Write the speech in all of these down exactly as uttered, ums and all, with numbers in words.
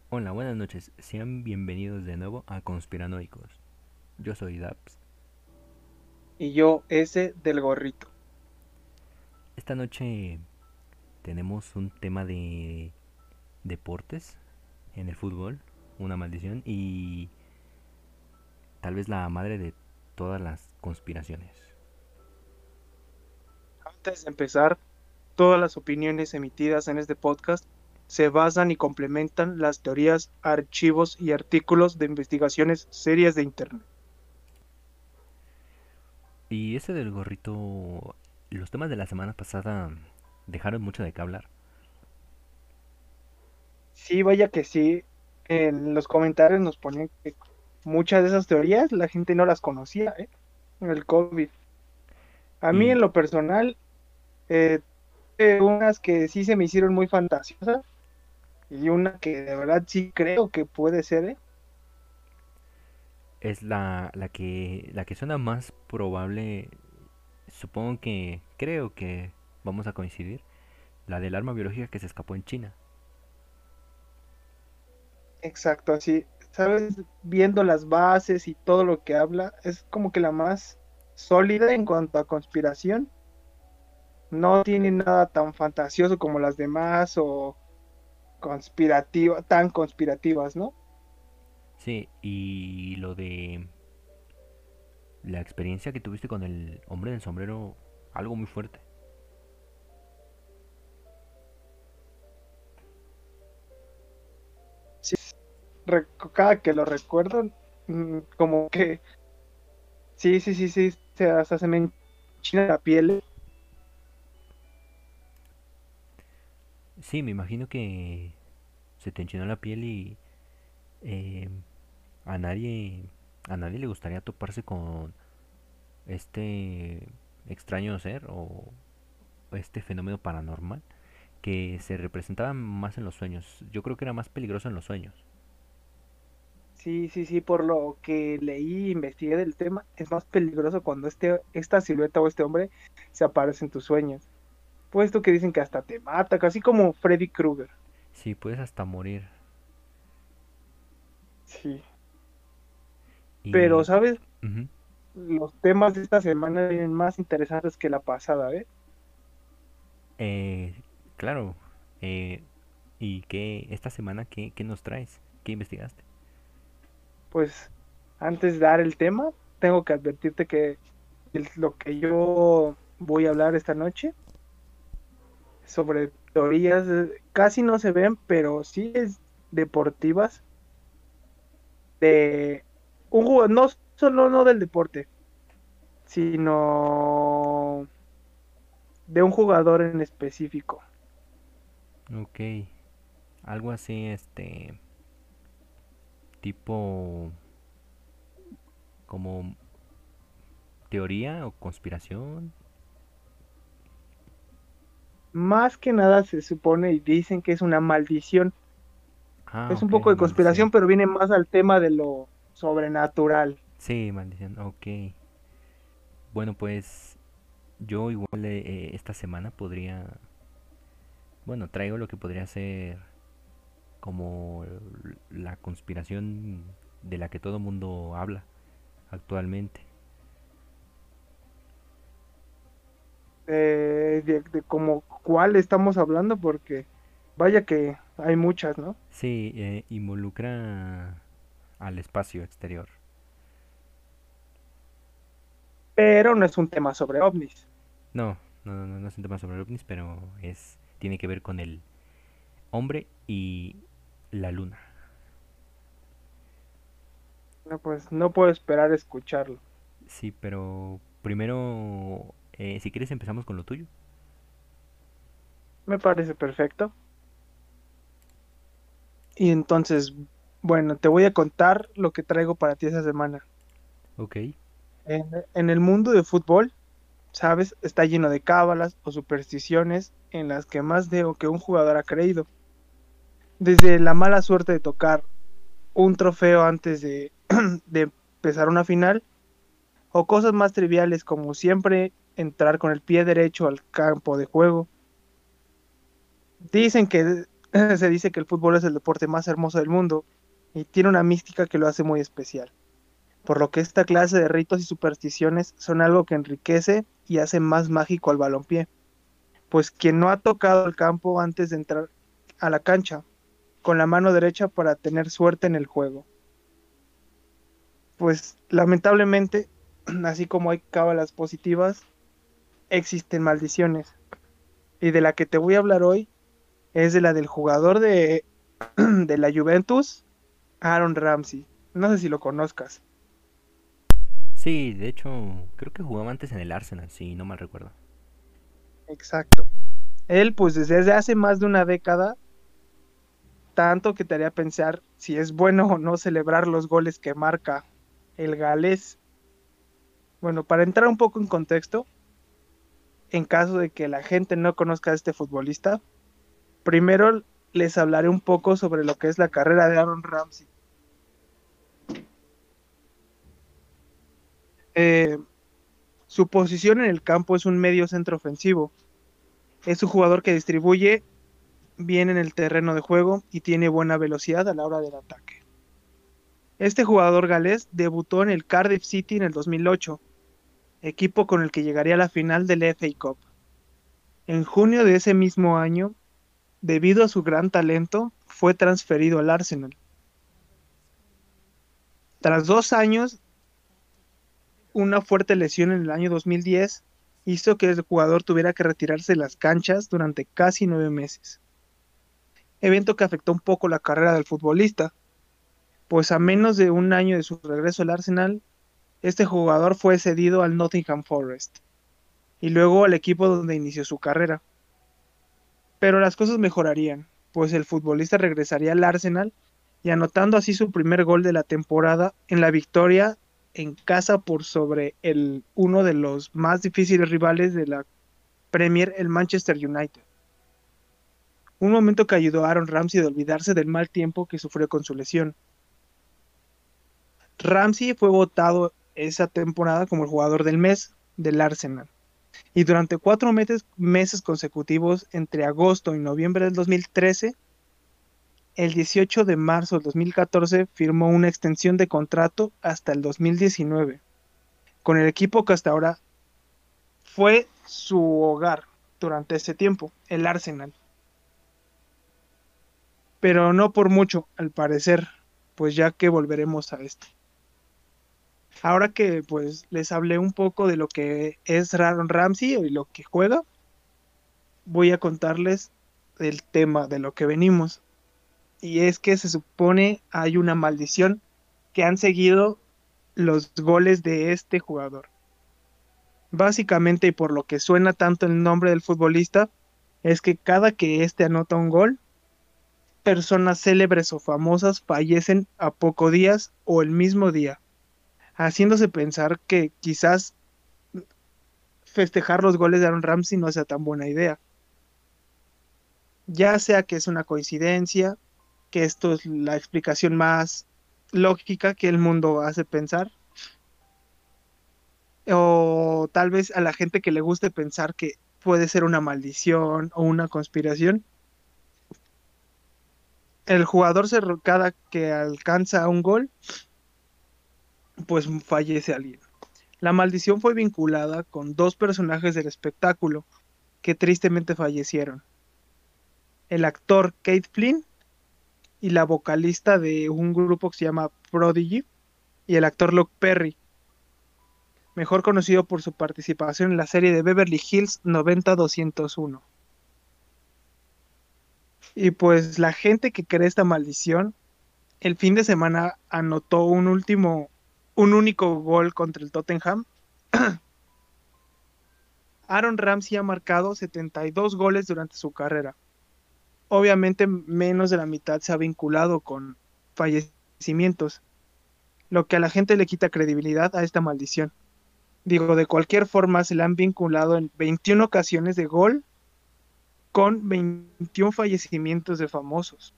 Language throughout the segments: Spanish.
Hola, buenas noches. Sean bienvenidos de nuevo a Conspiranoicos. Yo soy Daps. Y yo ese del gorrito. Esta noche tenemos un tema de deportes en el fútbol, una maldición y tal vez la madre de todas las conspiraciones. Antes de empezar, todas las opiniones emitidas en este podcast se basan y complementan las teorías, archivos y artículos de investigaciones serias de Internet. Y ese del gorrito, los temas de la semana pasada dejaron mucho de qué hablar. Sí, vaya que sí, en los comentarios nos ponían que muchas de esas teorías la gente no las conocía, ¿eh? El COVID. A mí Y en lo personal, eh, eh, unas que sí se me hicieron muy fantasiosas y una que de verdad sí creo que puede ser, ¿eh? es la, la que la que suena más probable, supongo que creo que vamos a coincidir, la del arma biológica que se escapó en China. Exacto, así, sabes, viendo las bases y todo lo que habla, es como que la más sólida en cuanto a conspiración. No tiene nada tan fantasioso como las demás o conspirativa, tan conspirativas, ¿no? Sí, y lo de la experiencia que tuviste con el hombre del sombrero, algo muy fuerte. Sí, re- cada que lo recuerdo, mm, como que sí, sí, sí, sí, se, hasta se me enchina la piel. Sí, me imagino que se te enchinó la piel y eh, a nadie a nadie le gustaría toparse con este extraño ser o este fenómeno paranormal que se representaba más en los sueños. Yo creo que era más peligroso en los sueños. Sí, sí, sí, por lo que leí, investigué del tema, es más peligroso cuando este, esta silueta o este hombre se aparece en tus sueños. Puesto que dicen que hasta te mata, casi como Freddy Krueger. Sí, puedes hasta morir. Sí. Pero, Y ¿sabes? ujú, Los temas de esta semana vienen más interesantes que la pasada, ¿eh? eh, claro. eh, ¿Y qué esta semana qué, qué nos traes? ¿Qué investigaste? Pues antes de dar el tema, tengo que advertirte que el- lo que yo voy a hablar esta noche sobre teorías eh, casi no se ven, pero sí es deportivas de un jugador, no solo no del deporte, sino de un jugador en específico. Ok, algo así, este, tipo como teoría o conspiración. Más que nada se supone y dicen que es una maldición. Ah, Es un ok, poco de maldición. conspiración, pero viene más al tema de lo sobrenatural. Sí, maldición, ok. Bueno, pues yo igual eh, esta semana podría, bueno, traigo lo que podría ser como la conspiración de la que todo mundo habla actualmente. Eh, de, de como cuál estamos hablando, porque vaya que hay muchas, ¿no? Sí, eh, involucra al espacio exterior. Pero no es un tema sobre ovnis. No, no, no, no, no es un tema sobre ovnis, pero es tiene que ver con el hombre y la luna. No, pues no puedo esperar a escucharlo. Sí, pero primero, eh, si quieres empezamos con lo tuyo. Me parece perfecto. Y entonces, bueno, te voy a contar lo que traigo para ti esa semana. Ok. En, en el mundo de fútbol, sabes, está lleno de cábalas o supersticiones en las que más de lo que un jugador ha creído. Desde la mala suerte de tocar un trofeo antes de, de empezar una final, o cosas más triviales como siempre entrar con el pie derecho al campo de juego. Dicen que Se dice que el fútbol es el deporte más hermoso del mundo y tiene una mística que lo hace muy especial, por lo que esta clase de ritos y supersticiones son algo que enriquece y hace más mágico al balompié, pues quien no ha tocado el campo antes de entrar a la cancha con la mano derecha para tener suerte en el juego. Pues lamentablemente, así como hay cábalas positivas, existen maldiciones. Y de la que te voy a hablar hoy es de la del jugador de, de la Juventus, Aaron Ramsey. No sé si lo conozcas. Sí, de hecho, creo que jugaba antes en el Arsenal, si no mal recuerdo. Exacto. Él, pues desde hace más de una década, tanto que te haría pensar si es bueno o no celebrar los goles que marca el galés. Bueno, para entrar un poco en contexto, en caso de que la gente no conozca a este futbolista, primero les hablaré un poco sobre lo que es la carrera de Aaron Ramsey. Eh, Su posición en el campo es un medio centro ofensivo. Es un jugador que distribuye bien en el terreno de juego y tiene buena velocidad a la hora del ataque. Este jugador galés debutó en el Cardiff City en el dos mil ocho, equipo con el que llegaría a la final del F A Cup. En junio de ese mismo año, debido a su gran talento, fue transferido al Arsenal. Tras dos años, una fuerte lesión en el año dos mil diez hizo que el jugador tuviera que retirarse de las canchas durante casi nueve meses, evento que afectó un poco la carrera del futbolista, pues a menos de un año de su regreso al Arsenal, este jugador fue cedido al Nottingham Forest y luego al equipo donde inició su carrera. Pero las cosas mejorarían, pues el futbolista regresaría al Arsenal y anotando así su primer gol de la temporada en la victoria en casa por sobre el, uno de los más difíciles rivales de la Premier, el Manchester United. Un momento que ayudó a Aaron Ramsey a olvidarse del mal tiempo que sufrió con su lesión. Ramsey fue votado esa temporada como el jugador del mes del Arsenal. Y durante cuatro meses, meses consecutivos, entre agosto y noviembre del dos mil trece, el dieciocho de marzo del dos mil catorce firmó una extensión de contrato hasta el dos mil diecinueve, con el equipo que hasta ahora fue su hogar durante ese tiempo, el Arsenal. Pero no por mucho, al parecer, pues ya que volveremos a esto. Ahora que pues les hablé un poco de lo que es Aaron Ramsey y lo que juega, voy a contarles el tema de lo que venimos. Y es que se supone hay una maldición que han seguido los goles de este jugador. Básicamente, y por lo que suena tanto el nombre del futbolista, es que cada que éste anota un gol, personas célebres o famosas fallecen a pocos días o el mismo día, haciéndose pensar que quizás festejar los goles de Aaron Ramsey no sea tan buena idea. Ya sea que es una coincidencia, que esto es la explicación más lógica que el mundo hace pensar, o tal vez a la gente que le guste pensar que puede ser una maldición o una conspiración. El jugador se, cada que alcanza un gol, pues fallece alguien. La maldición fue vinculada con dos personajes del espectáculo que tristemente fallecieron. El actor Kate Flynn y la vocalista de un grupo que se llama Prodigy y el actor Luke Perry, mejor conocido por su participación en la serie de Beverly Hills noventa doscientos uno. Y pues la gente que cree esta maldición, el fin de semana anotó un último, un único gol contra el Tottenham. Aaron Ramsey ha marcado setenta y dos goles durante su carrera. Obviamente menos de la mitad se ha vinculado con fallecimientos, lo que a la gente le quita credibilidad a esta maldición. Digo, de cualquier forma se le han vinculado en veintiuna ocasiones de gol con veintiún fallecimientos de famosos.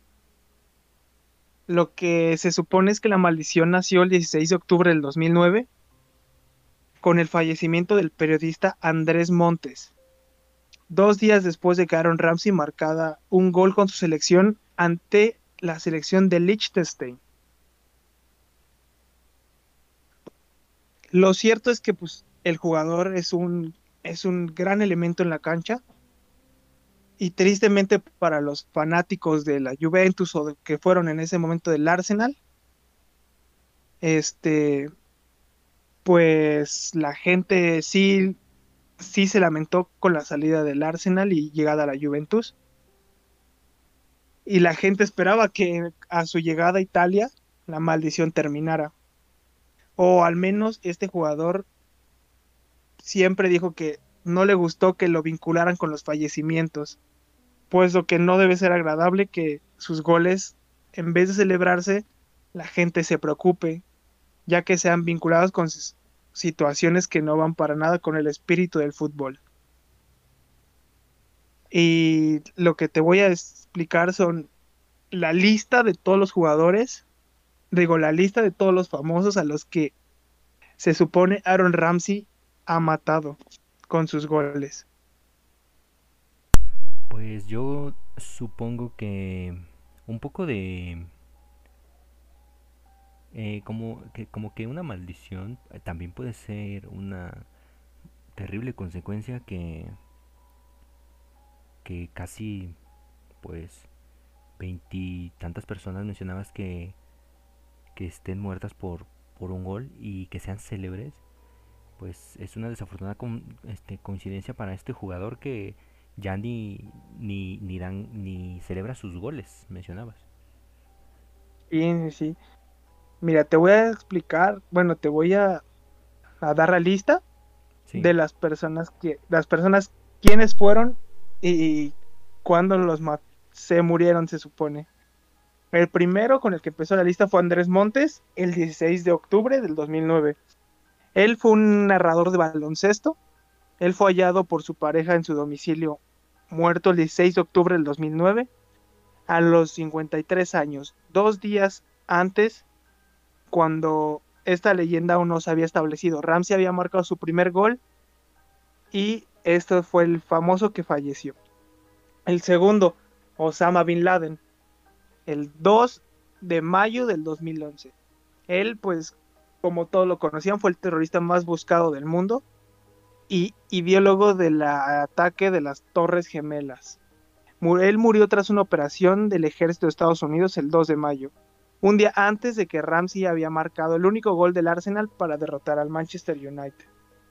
Lo que se supone es que la maldición nació el dieciséis de octubre del dos mil nueve con el fallecimiento del periodista Andrés Montes. dos días después de que Aaron Ramsey marcara un gol con su selección ante la selección de Liechtenstein. Lo cierto es que pues, el jugador es un, es un gran elemento en la cancha y tristemente para los fanáticos de la Juventus o de, que fueron en ese momento del Arsenal, este, pues la gente sí, sí se lamentó con la salida del Arsenal y llegada a la Juventus. Y la gente esperaba que a su llegada a Italia la maldición terminara. O al menos este jugador siempre dijo que no le gustó que lo vincularan con los fallecimientos, puesto que no debe ser agradable que sus goles, en vez de celebrarse, la gente se preocupe, ya que sean vinculados con situaciones que no van para nada con el espíritu del fútbol. Y lo que te voy a explicar son la lista de todos los jugadores, digo, la lista de todos los famosos a los que se supone Aaron Ramsey ha matado con sus goles. Pues yo supongo que un poco de eh, como que como que una maldición eh, también puede ser una terrible consecuencia que que casi pues veintitantas personas mencionabas que que estén muertas por por un gol y que sean célebres, pues es una desafortunada con, este, coincidencia para este jugador que ya ni ni ni dan ni celebra sus goles, mencionabas. Sí, sí. Mira, te voy a explicar, bueno, te voy a, a dar la lista Sí. de las personas que, las personas quiénes fueron y cuándo los ma- se murieron, se supone. El primero con el que empezó la lista fue Andrés Montes, el dieciséis de octubre del dos mil nueve. Él fue un narrador de baloncesto. Él fue hallado por su pareja en su domicilio, muerto el dieciséis de octubre del dos mil nueve, a los cincuenta y tres años, dos días antes, cuando esta leyenda aún no se había establecido. Ramsey había marcado su primer gol y esto fue el famoso que falleció. El segundo, Osama Bin Laden, el dos de mayo del dos mil once. Él, pues, como todos lo conocían, fue el terrorista más buscado del mundo y ideólogo del ataque de las Torres Gemelas. Él murió tras una operación del ejército de Estados Unidos el dos de mayo, un día antes de que Ramsey había marcado el único gol del Arsenal para derrotar al Manchester United.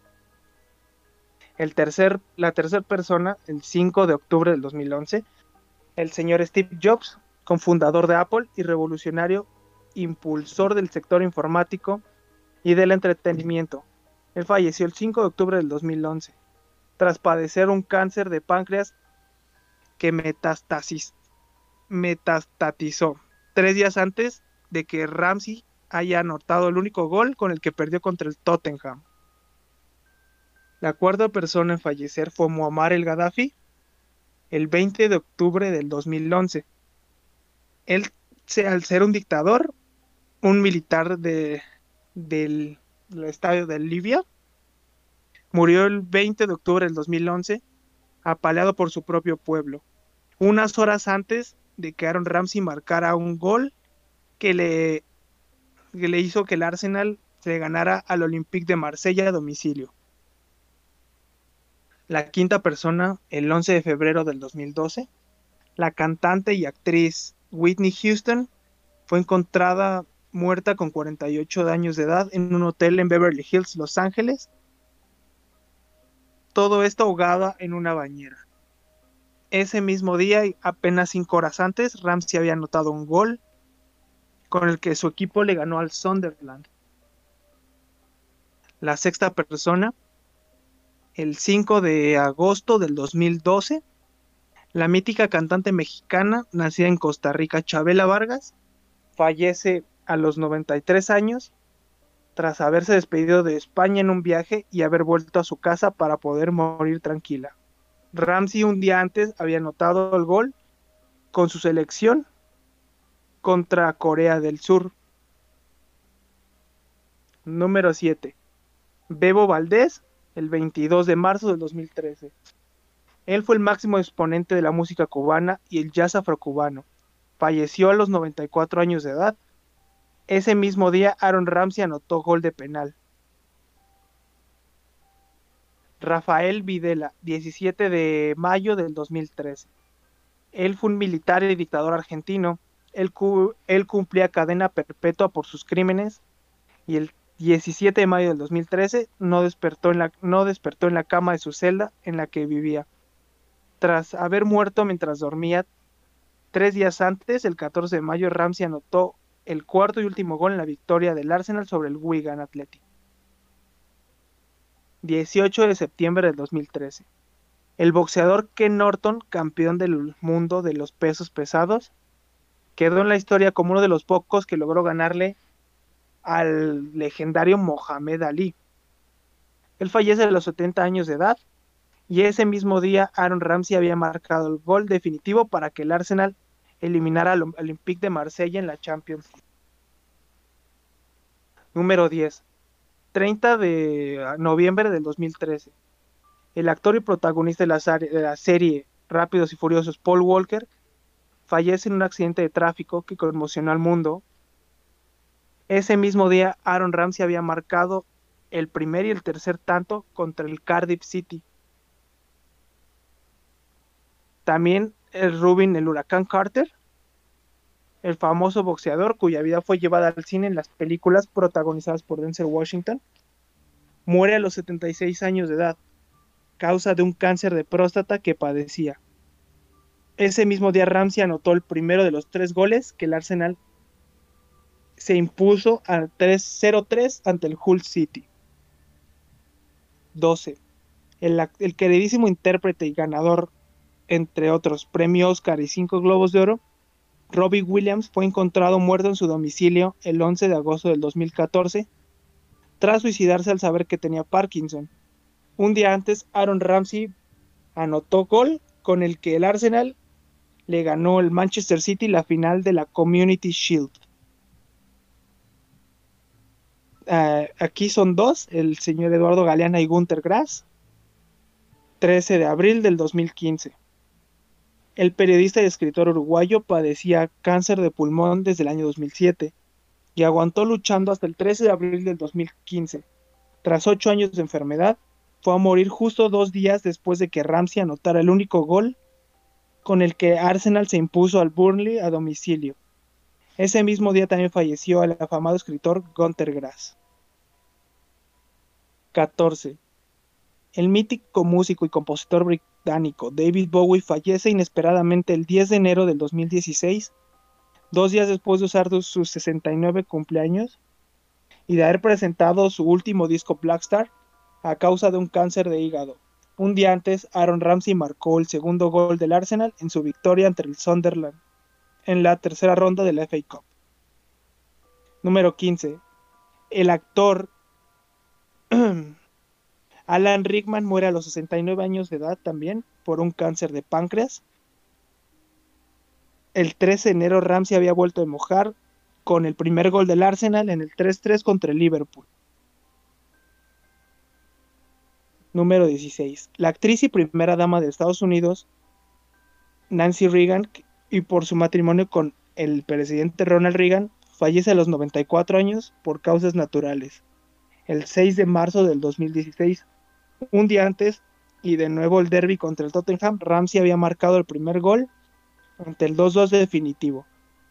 El tercer, la tercera persona, el cinco de octubre del dos mil once, el señor Steve Jobs, cofundador de Apple y revolucionario impulsor del sector informático y del entretenimiento. Él falleció el cinco de octubre del dos mil once, tras padecer un cáncer de páncreas que metastasis, metastatizó tres días antes de que Ramsey haya anotado el único gol con el que perdió contra el Tottenham. La cuarta persona en fallecer fue Muammar el Gaddafi el veinte de octubre del dos mil once. Él, al ser un dictador, un militar de, del, del estadio de Libia, murió el veinte de octubre del dos mil once, apaleado por su propio pueblo, unas horas antes de que Aaron Ramsey marcara un gol que le, que le hizo que el Arsenal se ganara al Olympique de Marsella a domicilio. La quinta persona, el once de febrero del dos mil doce, la cantante y actriz Whitney Houston fue encontrada muerta con cuarenta y ocho años de edad en un hotel en Beverly Hills, Los Ángeles. Todo esto ahogada en una bañera. Ese mismo día, y apenas cinco horas antes, Ramsey había anotado un gol con el que su equipo le ganó al Sunderland. La sexta persona, el cinco de agosto del dos mil doce, la mítica cantante mexicana, nacida en Costa Rica, Chabela Vargas, fallece a los noventa y tres años tras haberse despedido de España en un viaje y haber vuelto a su casa para poder morir tranquila. Ramsey un día antes había anotado el gol con su selección contra Corea del Sur. Número siete. Bebo Valdés, el veintidós de marzo del dos mil trece. Él fue el máximo exponente de la música cubana y el jazz afrocubano. Falleció a los noventa y cuatro años de edad. Ese mismo día, Aaron Ramsey anotó gol de penal. Rafael Videla, diecisiete de mayo del dos mil trece. Él fue un militar y dictador argentino. Él, cu él cumplía cadena perpetua por sus crímenes y el diecisiete de mayo del dos mil trece no despertó, en la, no despertó en la cama de su celda en la que vivía. Tras haber muerto mientras dormía, tres días antes, el catorce de mayo, Ramsey anotó el cuarto y último gol en la victoria del Arsenal sobre el Wigan Athletic. dieciocho de septiembre del dos mil trece. El boxeador Ken Norton, campeón del mundo de los pesos pesados, quedó en la historia como uno de los pocos que logró ganarle al legendario Mohamed Ali. Él fallece a los setenta años de edad y ese mismo día Aaron Ramsey había marcado el gol definitivo para que el Arsenal eliminara al Olympique de Marsella en la Champions League. Número diez. treinta de noviembre del dos mil trece. El actor y protagonista de la, de la serie Rápidos y Furiosos, Paul Walker, fallece en un accidente de tráfico que conmocionó al mundo. Ese mismo día, Aaron Ramsey había marcado el primer y el tercer tanto contra el Cardiff City. También el Rubin, el huracán Carter, el famoso boxeador cuya vida fue llevada al cine en las películas protagonizadas por Denzel Washington, muere a los setenta y seis años de edad, causa de un cáncer de próstata que padecía. Ese mismo día Ramsey anotó el primero de los tres goles que el Arsenal se impuso a cero tres ante el Hull City. doce. El, el queridísimo intérprete y ganador, entre otros, premio Oscar y cinco Globos de Oro, Robbie Williams, fue encontrado muerto en su domicilio el once de agosto del dos mil catorce, tras suicidarse al saber que tenía Parkinson. Un día antes, Aaron Ramsey anotó gol con el que el Arsenal le ganó el Manchester City la final de la Community Shield. Uh, aquí son dos, el señor Eduardo Galeana y Günter Grass. trece de abril del dos mil quince. El periodista y escritor uruguayo padecía cáncer de pulmón desde el año dos mil siete y aguantó luchando hasta el trece de abril del dos mil quince. Tras ocho años de enfermedad, fue a morir justo dos días después de que Ramsey anotara el único gol con el que Arsenal se impuso al Burnley a domicilio. Ese mismo día también falleció el afamado escritor Günter Grass. catorce. El mítico músico y compositor británico David Bowie fallece inesperadamente el diez de enero del dos mil dieciséis, dos días después de usar sus sesenta y nueve cumpleaños y de haber presentado su último disco Black Star a causa de un cáncer de hígado. Un día antes, Aaron Ramsey marcó el segundo gol del Arsenal en su victoria ante el Sunderland en la tercera ronda de la F A Cup. Número quince. El actor Alan Rickman muere a los sesenta y nueve años de edad también por un cáncer de páncreas. El trece de enero Ramsey había vuelto a mojar con el primer gol del Arsenal en el tres tres contra el Liverpool. Número dieciséis. La actriz y primera dama de Estados Unidos, Nancy Reagan, y por su matrimonio con el presidente Ronald Reagan, fallece a los noventa y cuatro años por causas naturales, el seis de marzo del dos mil dieciséis. Un día antes, y de nuevo el derbi contra el Tottenham, Ramsey había marcado el primer gol ante el dos dos definitivo.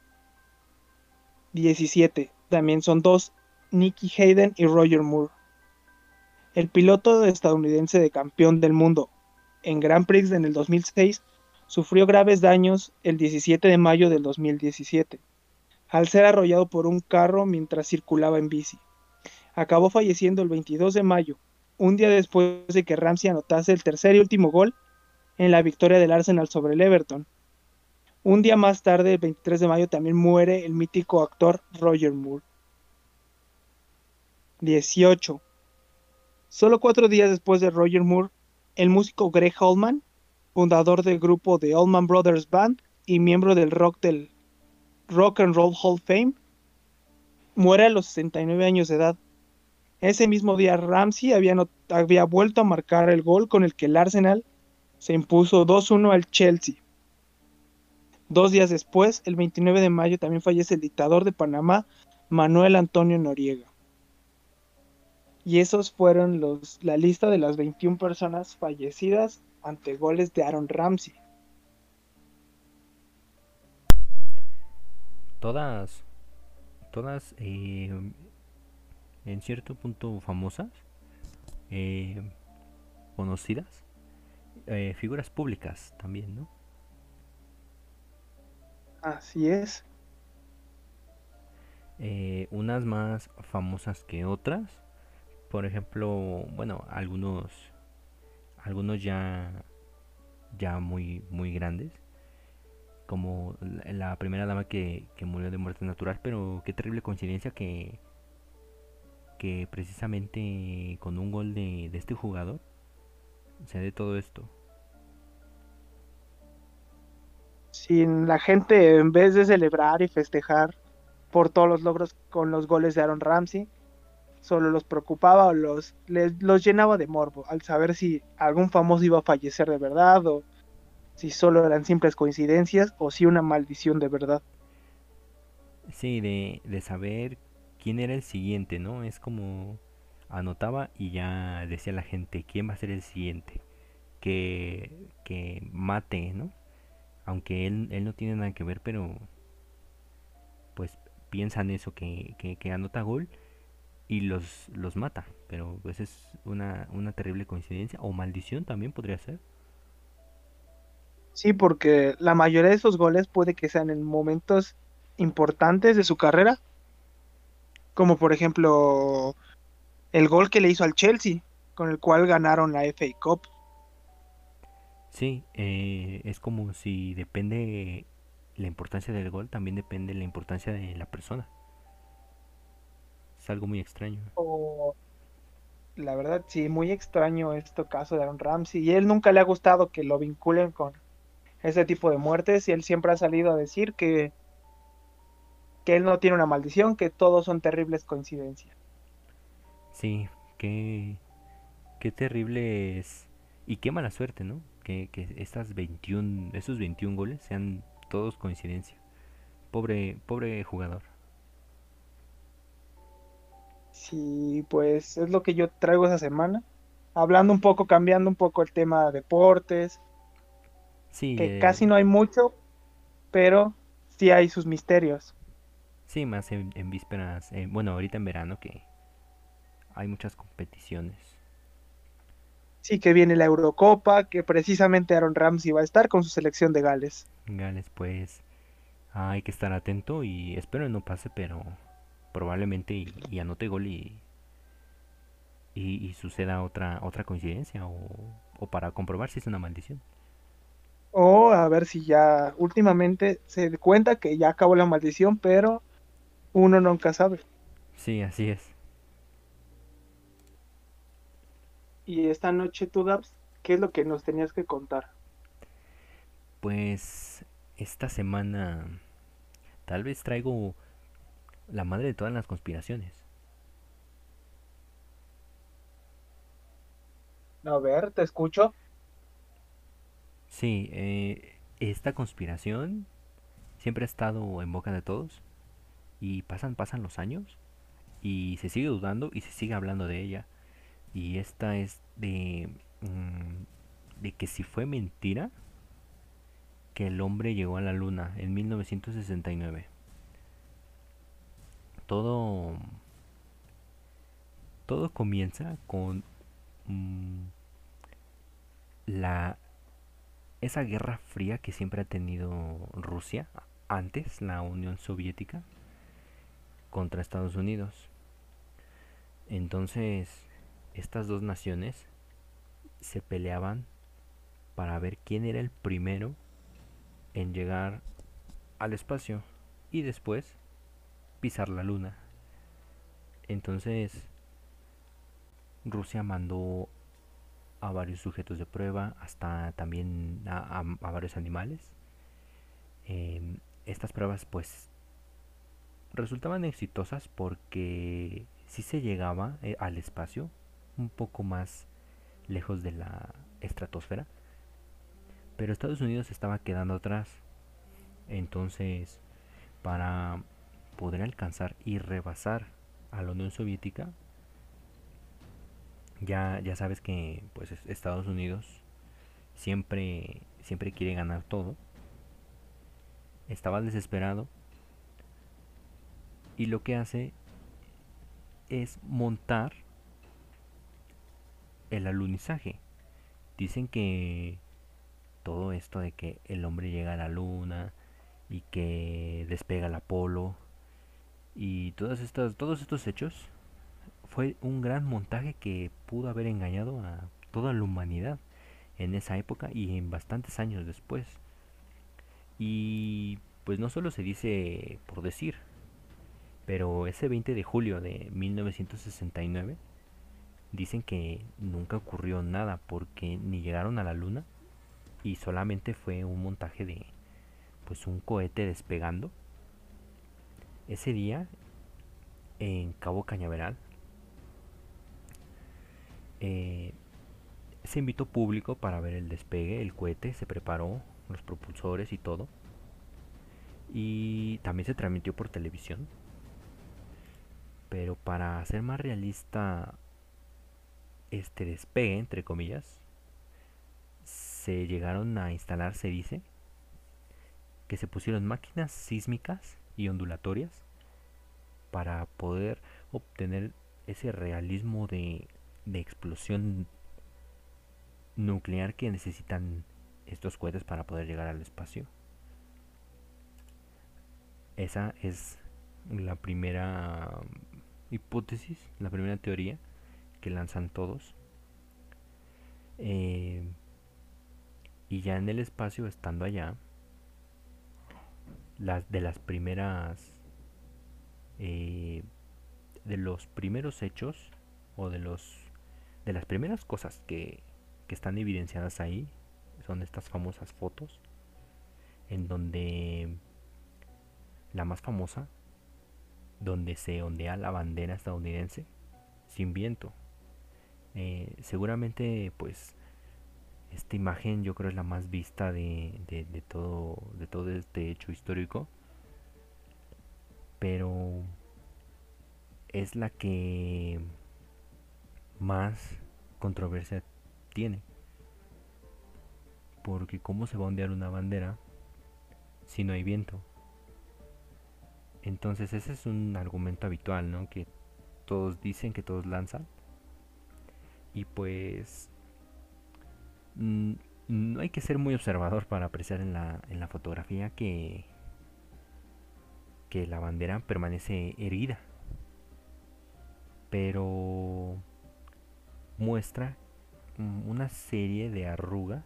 diecisiete. También son dos, Nicky Hayden y Roger Moore. El piloto estadounidense de campeón del mundo en Grand Prix en el dos mil seis sufrió graves daños el diecisiete de mayo del dos mil diecisiete, al ser arrollado por un carro mientras circulaba en bici. Acabó falleciendo el veintidós de mayo, un día después de que Ramsey anotase el tercer y último gol en la victoria del Arsenal sobre el Everton. Un día más tarde, el veintitrés de mayo, también muere el mítico actor Roger Moore. dieciocho. Solo cuatro días después de Roger Moore, el músico Greg Allman, fundador del grupo The Allman Brothers Band y miembro del rock del Rock and Roll Hall of Fame, muere a los sesenta y nueve años de edad. Ese mismo día Ramsey había, not- había vuelto a marcar el gol con el que el Arsenal Se impuso dos uno al Chelsea. Dos días después, el veintinueve de mayo, también fallece el dictador de Panamá, Manuel Antonio Noriega. Y esos fueron los, la lista de las veintiuna personas fallecidas ante goles de Aaron Ramsey. Todas, todas eh, en cierto punto famosas, eh, conocidas, eh, figuras públicas también, ¿no? Así es. Eh, unas más famosas que otras. Por ejemplo, bueno, algunos, algunos ya, ya muy, muy grandes, como la la primera dama que, que murió de muerte natural, pero qué terrible coincidencia que, que precisamente con un gol de, de este jugador se dé todo esto. Sin la gente, en vez de celebrar y festejar por todos los logros con los goles de Aaron Ramsey, solo los preocupaba o los, les, los llenaba de morbo al saber si algún famoso iba a fallecer de verdad o si solo eran simples coincidencias o si una maldición de verdad. Sí, de, de saber quién era el siguiente, ¿no? Es como anotaba y ya decía la gente quién va a ser el siguiente. Que, que mate, ¿no? Aunque él, él no tiene nada que ver, pero pues piensan eso, que, que, que anota gol y los, los mata. Pero pues es una, una terrible coincidencia o maldición también podría ser. Sí, porque la mayoría de esos goles puede que sean en momentos importantes de su carrera, como por ejemplo el gol que le hizo al Chelsea, con el cual ganaron la F A Cup. Sí, eh, es como si depende la importancia del gol, también depende la importancia de la persona. Es algo muy extraño. O la verdad, sí, muy extraño este caso de Aaron Ramsey. Y él nunca le ha gustado que lo vinculen con ese tipo de muertes. Y él siempre ha salido a decir que, que él no tiene una maldición, que todos son terribles coincidencias. Sí, qué, qué terrible es. Y qué mala suerte, ¿no? Que, que estas veintiún, esos veintiún goles sean todos coincidencia. Pobre, pobre jugador. Sí, pues es lo que yo traigo esa semana. Hablando un poco, cambiando un poco el tema de deportes, Sí, que casi eh, no hay mucho, pero sí hay sus misterios. sí, más en, en vísperas, eh, bueno, ahorita en verano que hay muchas competiciones. Sí que viene la Eurocopa, que precisamente Aaron Ramsey va a estar con su selección de Gales. Gales, pues hay que estar atento y espero no pase, pero probablemente y, y anote gol y, y, y suceda otra otra coincidencia o, o para comprobar si es una maldición. O a ver si ya últimamente se cuenta que ya acabó la maldición, pero uno nunca sabe. Sí, así es. Y esta noche tú, Dabs, ¿qué es lo que nos tenías que contar? Pues esta semana tal vez traigo la madre de todas las conspiraciones. A ver, te escucho. Sí, eh, esta conspiración siempre ha estado en boca de todos y pasan, pasan los años y se sigue dudando y se sigue hablando de ella. Y esta es de, mm, de que si fue mentira que el hombre llegó a la luna en mil novecientos sesenta y nueve. Todo, todo comienza con mm, la, esa guerra fría que siempre ha tenido Rusia, antes la Unión Soviética, contra Estados Unidos. Entonces, estas dos naciones se peleaban para ver quién era el primero en llegar al espacio y después pisar la luna. Entonces, Rusia mandó a varios sujetos de prueba, hasta también a, a- a varios animales. Eh, estas pruebas pues resultaban exitosas porque si se llegaba eh, al espacio un poco más lejos de la estratosfera, Pero Estados Unidos estaba quedando atrás. Entonces, para poder alcanzar y rebasar a la Unión Soviética, ya, ya sabes que pues Estados Unidos siempre, siempre quiere ganar todo. Estaba desesperado y lo que hace es montar el alunizaje. Dicen que todo esto de que el hombre llega a la luna y que despega el Apolo y todos estos, todos estos hechos fue un gran montaje que pudo haber engañado a toda la humanidad en esa época y en bastantes años después. Y pues no solo se dice por decir, pero ese veinte de julio de mil novecientos sesenta y nueve dicen que nunca ocurrió nada porque ni llegaron a la luna y solamente fue un montaje de pues un cohete despegando. Ese día en Cabo Cañaveral eh, se invitó público para ver el despegue, el cohete se preparó, los propulsores y todo. Y también se transmitió por televisión. Pero para hacer más realista este despegue, entre comillas, se llegaron a instalar, se dice, que se pusieron máquinas sísmicas y ondulatorias para poder obtener ese realismo de, de explosión nuclear que necesitan estos cohetes para poder llegar al espacio. Esa es la primera hipótesis, la primera teoría que lanzan todos. Eh, y ya en el espacio, estando allá, las de las primeras eh, de los primeros hechos o de los de las primeras cosas que, que están evidenciadas ahí son estas famosas fotos en donde la más famosa, donde se ondea la bandera estadounidense sin viento. Eh, seguramente pues esta imagen yo creo es la más vista de, de, de todo de todo este hecho histórico, pero es la que más controversia tiene, porque cómo se va a ondear una bandera si no hay viento. Entonces ese es un argumento habitual, ¿no? Que todos dicen, que todos lanzan, y pues mm, no hay que ser muy observador para apreciar en la, en la fotografía que, que la bandera permanece erguida, pero muestra mm, una serie de arrugas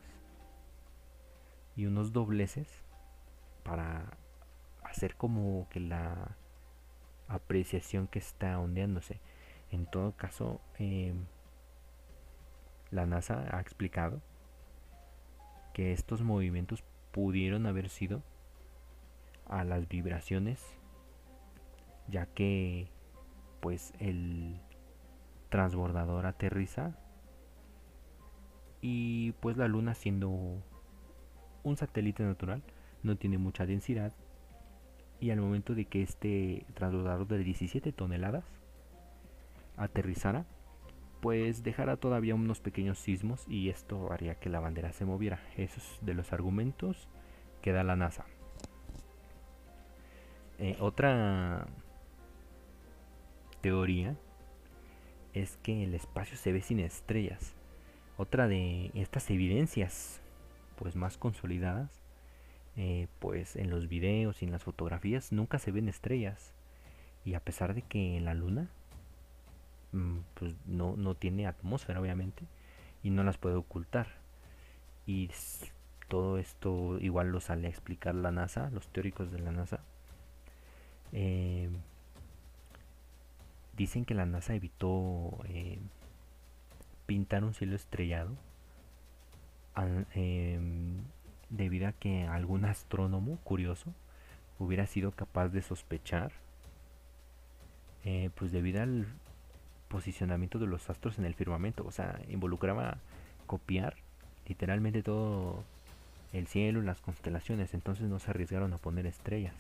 y unos dobleces para hacer como que la apreciación que está ondeándose. En todo caso, eh, la NASA ha explicado que estos movimientos pudieron haber sido a las vibraciones, ya que pues el transbordador aterriza y pues la luna, siendo un satélite natural, no tiene mucha densidad, y al momento de que este transbordador de diecisiete toneladas aterrizara, pues dejará todavía unos pequeños sismos y esto haría que la bandera se moviera. Eso es de los argumentos que da la NASA. Eh, otra teoría es que el espacio se ve sin estrellas. Otra de estas evidencias pues más consolidadas, eh, pues en los videos y en las fotografías nunca se ven estrellas, y a pesar de que en la luna mm, pues no, no tiene atmósfera obviamente y no las puede ocultar, y todo esto igual lo sale a explicar la NASA, los teóricos de la NASA. eh, dicen que la NASA evitó eh, pintar un cielo estrellado al, eh, debido a que algún astrónomo curioso hubiera sido capaz de sospechar, eh, pues debido al posicionamiento de los astros en el firmamento. O sea, involucraba copiar literalmente todo el cielo y las constelaciones, entonces no se arriesgaron a poner estrellas.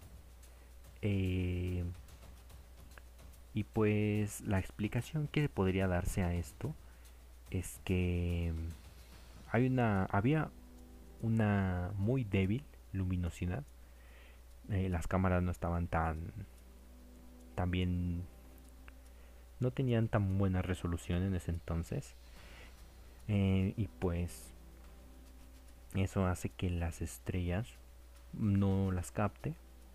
Eh, y pues la explicación que podría darse a esto es que hay una, había una muy débil luminosidad. Eh, las cámaras no estaban tan, tan bien, no tenían tan buena resolución en ese entonces. Eh, y pues eso hace que las estrellas no las capte.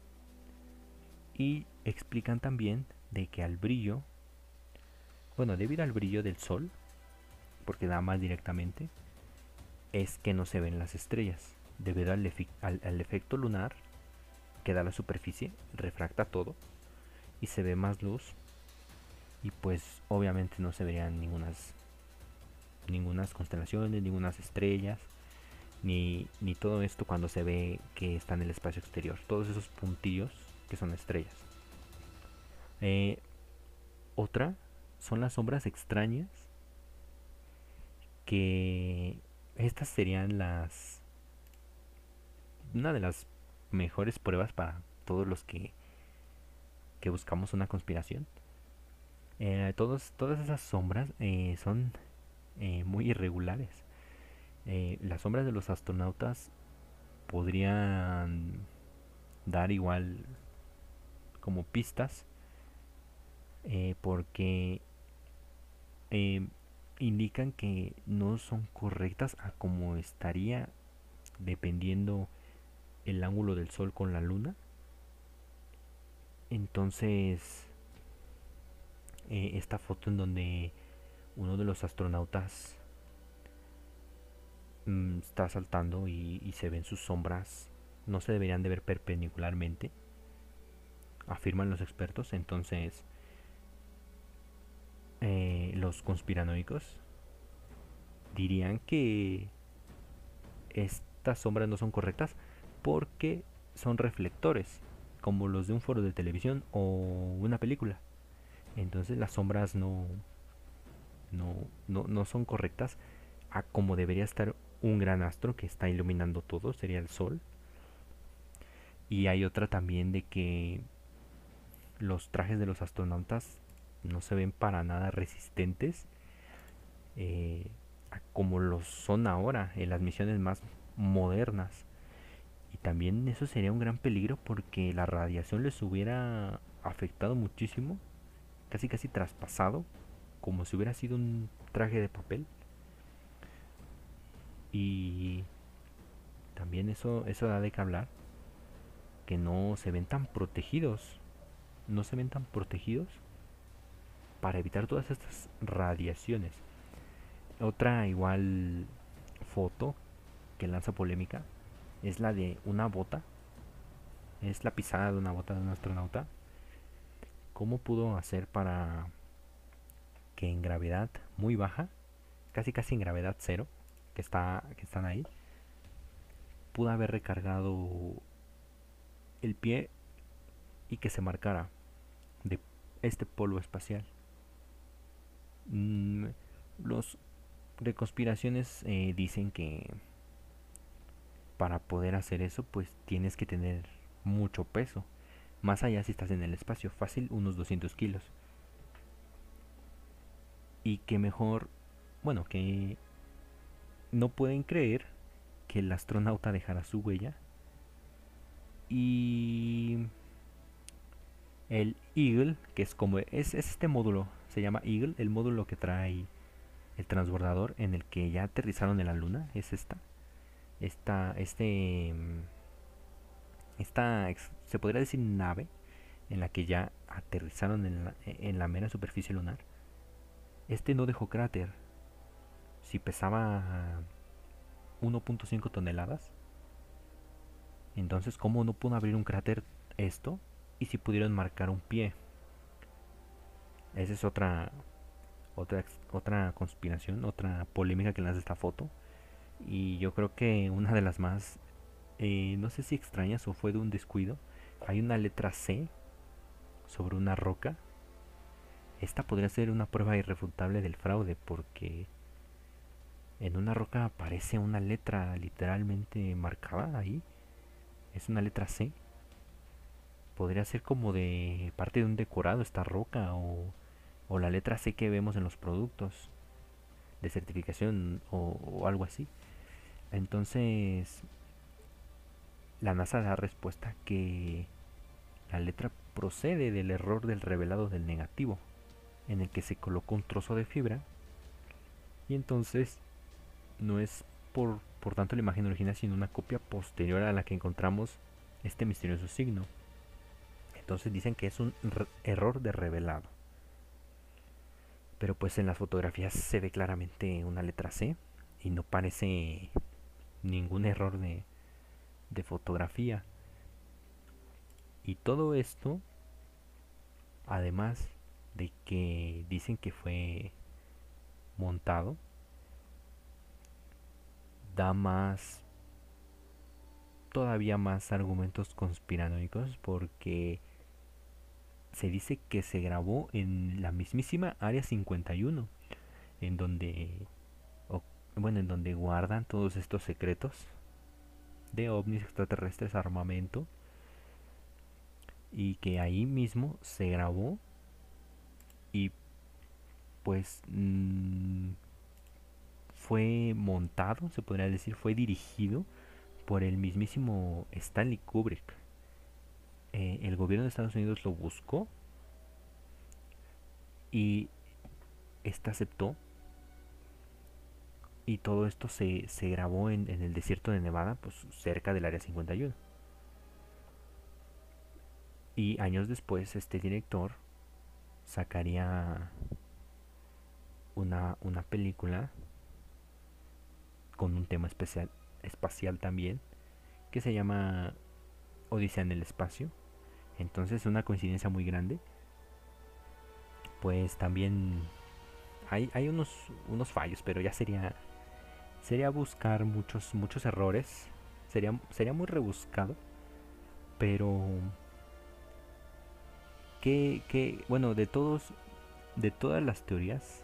Y explican también de que al brillo, bueno, debido al brillo del sol, porque da más directamente, es que no se ven las estrellas. Debido al, efi- al, al efecto lunar que da la superficie, refracta todo y se ve más luz. Y pues obviamente no se verían ningunas, ningunas constelaciones, ningunas estrellas, ni, ni todo esto cuando se ve que está en el espacio exterior. Todos esos puntillos que son estrellas. Eh, Otra son las sombras extrañas, que estas serían las una de las mejores pruebas para todos los que, que buscamos una conspiración. Eh, todos, todas esas sombras eh, son eh, muy irregulares. Eh, las sombras de los astronautas podrían dar igual como pistas, eh, porque eh, indican que no son correctas a como estaría dependiendo el ángulo del sol con la luna. Entonces, eh, esta foto en donde uno de los astronautas mm, está saltando y, y se ven sus sombras, no se deberían de ver perpendicularmente, afirman los expertos. Entonces, eh, los conspiranoicos dirían que estas sombras no son correctas porque son reflectores, como los de un foro de televisión o una película. Entonces las sombras no, no, no, no son correctas a como debería estar un gran astro que está iluminando todo, sería el sol. Y hay otra también de que los trajes de los astronautas no se ven para nada resistentes, eh, a como lo son ahora en las misiones más modernas. Y también eso sería un gran peligro porque la radiación les hubiera afectado muchísimo, casi casi traspasado, como si hubiera sido un traje de papel. Y también eso, eso da de qué hablar, que no se ven tan protegidos, no se ven tan protegidos para evitar todas estas radiaciones. Otra igual foto que lanza polémica es la de una bota, es la pisada de una bota de un astronauta. ¿Cómo pudo hacer para que en gravedad muy baja, casi casi en gravedad cero, que, está, que están ahí, pudo haber recargado el pie y que se marcara de este polvo espacial? Mm, los de conspiraciones eh, dicen que para poder hacer eso pues tienes que tener mucho peso, más allá si estás en el espacio, fácil unos doscientos kilos. Y que mejor, bueno, que no pueden creer que el astronauta dejara su huella. Y el Eagle, que es como es, es este módulo, se llama Eagle, el módulo que trae el transbordador en el que ya aterrizaron en la luna, es esta. Esta, este, esta, se podría decir nave en la que ya aterrizaron en la, en la mera superficie lunar. Este no dejó cráter. Si pesaba uno punto cinco toneladas, entonces ¿cómo no pudo abrir un cráter esto? Y si pudieron marcar un pie. Esa es otra otra otra conspiración, otra polémica que lanza esta foto. Y yo creo que una de las más, eh, no sé si extrañas o fue de un descuido, hay una letra C sobre una roca. Esta podría ser una prueba irrefutable del fraude porque En una roca aparece una letra literalmente marcada ahí. Es una letra C. Podría ser como de parte de un decorado esta roca o, o la letra C que vemos en los productos de certificación o, o algo así. Entonces la NASA da respuesta que la letra procede del error del revelado del negativo, en el que se colocó un trozo de fibra y entonces no es por, por tanto la imagen original, sino una copia posterior a la que encontramos este misterioso signo. Entonces dicen que es un error de revelado. Pero pues en las fotografías se ve claramente una letra C y no parece ningún error de, de fotografía. Y todo esto, además de que dicen que fue montado, da más, todavía más argumentos conspiranoicos porque se dice que se grabó en la mismísima Área cincuenta y uno, en donde, o, bueno, en donde guardan todos estos secretos de ovnis extraterrestres, armamento, y que ahí mismo se grabó y pues mmm, fue montado, se podría decir, fue dirigido por el mismísimo Stanley Kubrick. Eh, el gobierno de Estados Unidos lo buscó y este aceptó, y todo esto se, se grabó en, en el desierto de Nevada, pues cerca del área cincuenta y uno. Y años después este director sacaría una, una película con un tema especial, espacial también, que se llama Odisea en el espacio. Entonces una coincidencia muy grande. Pues también hay, hay unos, unos fallos, pero ya sería sería buscar muchos muchos errores. Sería sería muy rebuscado, pero que que bueno, de todos de todas las teorías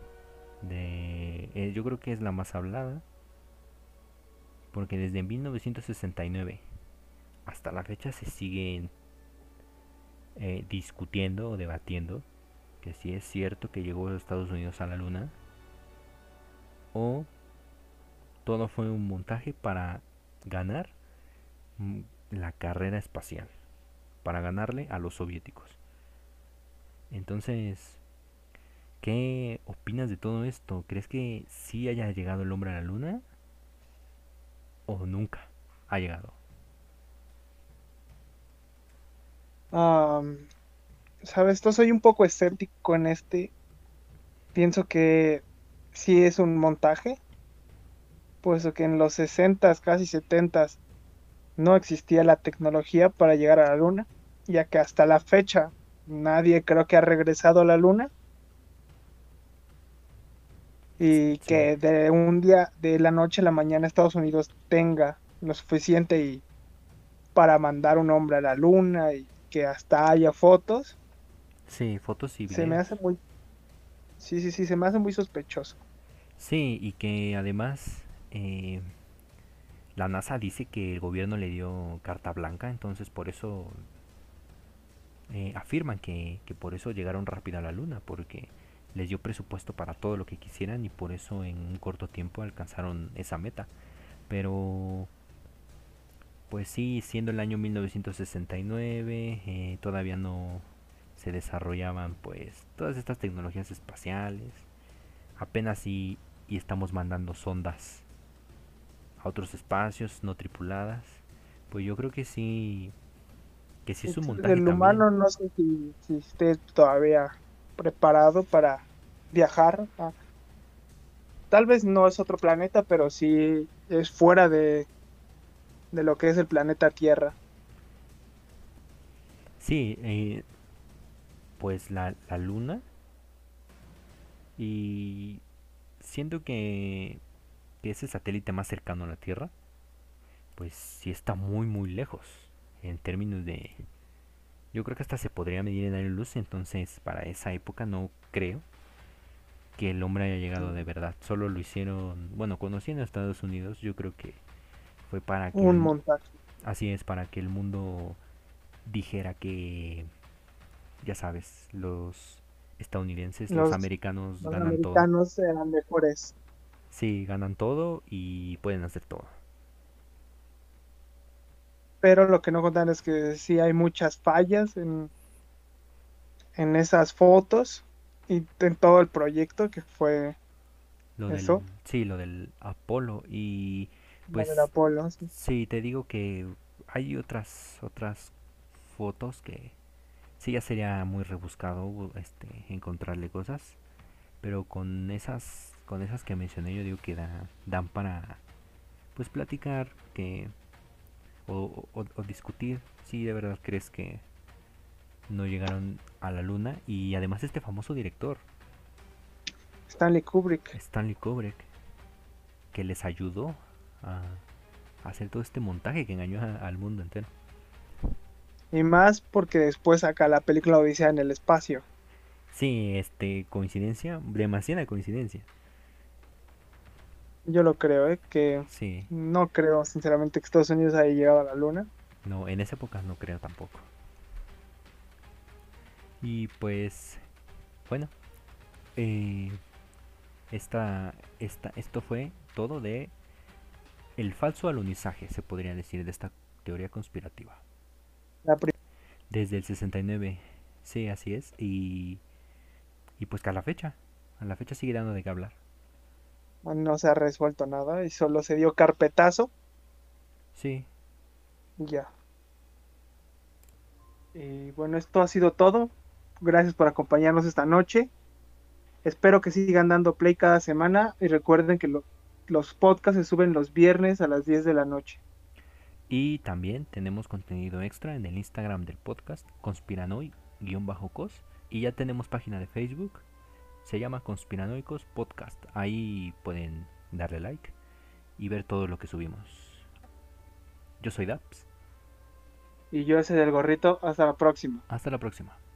de eh, yo creo que es la más hablada porque desde mil novecientos sesenta y nueve hasta la fecha se siguen eh, discutiendo o debatiendo que si es cierto que llegó a Estados Unidos a la luna o todo fue un montaje para ganar mm, la carrera espacial, para ganarle a los soviéticos. Entonces, ¿qué opinas de todo esto? ¿Crees que sí haya llegado el hombre a la luna o nunca ha llegado? Um, ¿Sabes? Yo soy un poco escéptico en este. Pienso que sí es un montaje, puesto que en los sesentas, casi setentas, no existía la tecnología para llegar a la luna, ya que hasta la fecha nadie creo que ha regresado a la luna y Sí, que de un día, de la noche a la mañana, Estados Unidos tenga lo suficiente y para mandar un hombre a la luna y que hasta haya fotos, sí, fotos y se me videos. hace muy, sí, sí, sí, se me hace muy sospechoso. Sí, y que además eh, la NASA dice que el gobierno le dio carta blanca, entonces por eso eh, afirman que, que por eso llegaron rápido a la luna, porque les dio presupuesto para todo lo que quisieran y por eso en un corto tiempo alcanzaron esa meta. Pero pues sí, siendo el año mil novecientos sesenta y nueve, eh, todavía no se desarrollaban pues todas estas tecnologías espaciales. Apenas y, y estamos mandando sondas a otros espacios no tripuladas. Pues yo creo que sí, que sí es un montaje El también. humano no sé si, si esté todavía preparado para viajar. a- Tal vez no es otro planeta, pero sí es fuera de, de lo que es el planeta Tierra. Sí, eh, pues la, la luna y siento que, que ese satélite más cercano a la Tierra, pues sí está muy muy lejos en términos de... Yo creo que hasta se podría medir en años luz, entonces para esa época no creo que el hombre haya llegado de verdad. Solo lo hicieron, bueno, conociendo a Estados Unidos, yo creo que fue para que Un el, montaje. así es, para que el mundo dijera que, ya sabes, los estadounidenses, los Los, americanos los ganan todo. americanos eran mejores. Sí, ganan todo y pueden hacer todo. Pero lo que no contan es que sí hay muchas fallas en, en esas fotos y en todo el proyecto que fue Lo del, eso, sí, lo del Apolo y lo del pues Apolo. Sí. sí, te digo que hay otras otras fotos que sí ya sería muy rebuscado este encontrarle cosas, pero con esas con esas que mencioné yo digo que da, dan para pues platicar que o, o, o discutir si de verdad crees que no llegaron a la luna y además este famoso director Stanley Kubrick. Stanley Kubrick que les ayudó a hacer todo este montaje que engañó a- al mundo entero. Y más porque después saca la película Odisea en el espacio. Sí, este, coincidencia, demasiada coincidencia. Yo lo creo, ¿eh? Que Sí, no creo sinceramente que Estados Unidos haya llegado a la luna. no, en esa época no creo tampoco. Y pues, bueno, eh, esta, esta, esto fue todo de el falso alunizaje, se podría decir, de esta teoría conspirativa. La pri- Desde el sesenta y nueve, sí, así es, y, y pues que a la fecha, a la fecha sigue dando de qué hablar. no se ha resuelto nada y solo se dio carpetazo Sí, y ya. Y bueno, esto ha sido todo. Gracias por acompañarnos esta noche. Espero que sigan dando play cada semana y recuerden que lo- los podcasts se suben los viernes a las diez de la noche. y también tenemos contenido extra en el Instagram del podcast, conspiranoid-cos. Y ya tenemos página de Facebook, se llama Conspiranoicos Podcast. Ahí pueden darle like y ver todo lo que subimos. Yo soy Daps. Y yo ese del gorrito. Hasta la próxima. Hasta la próxima.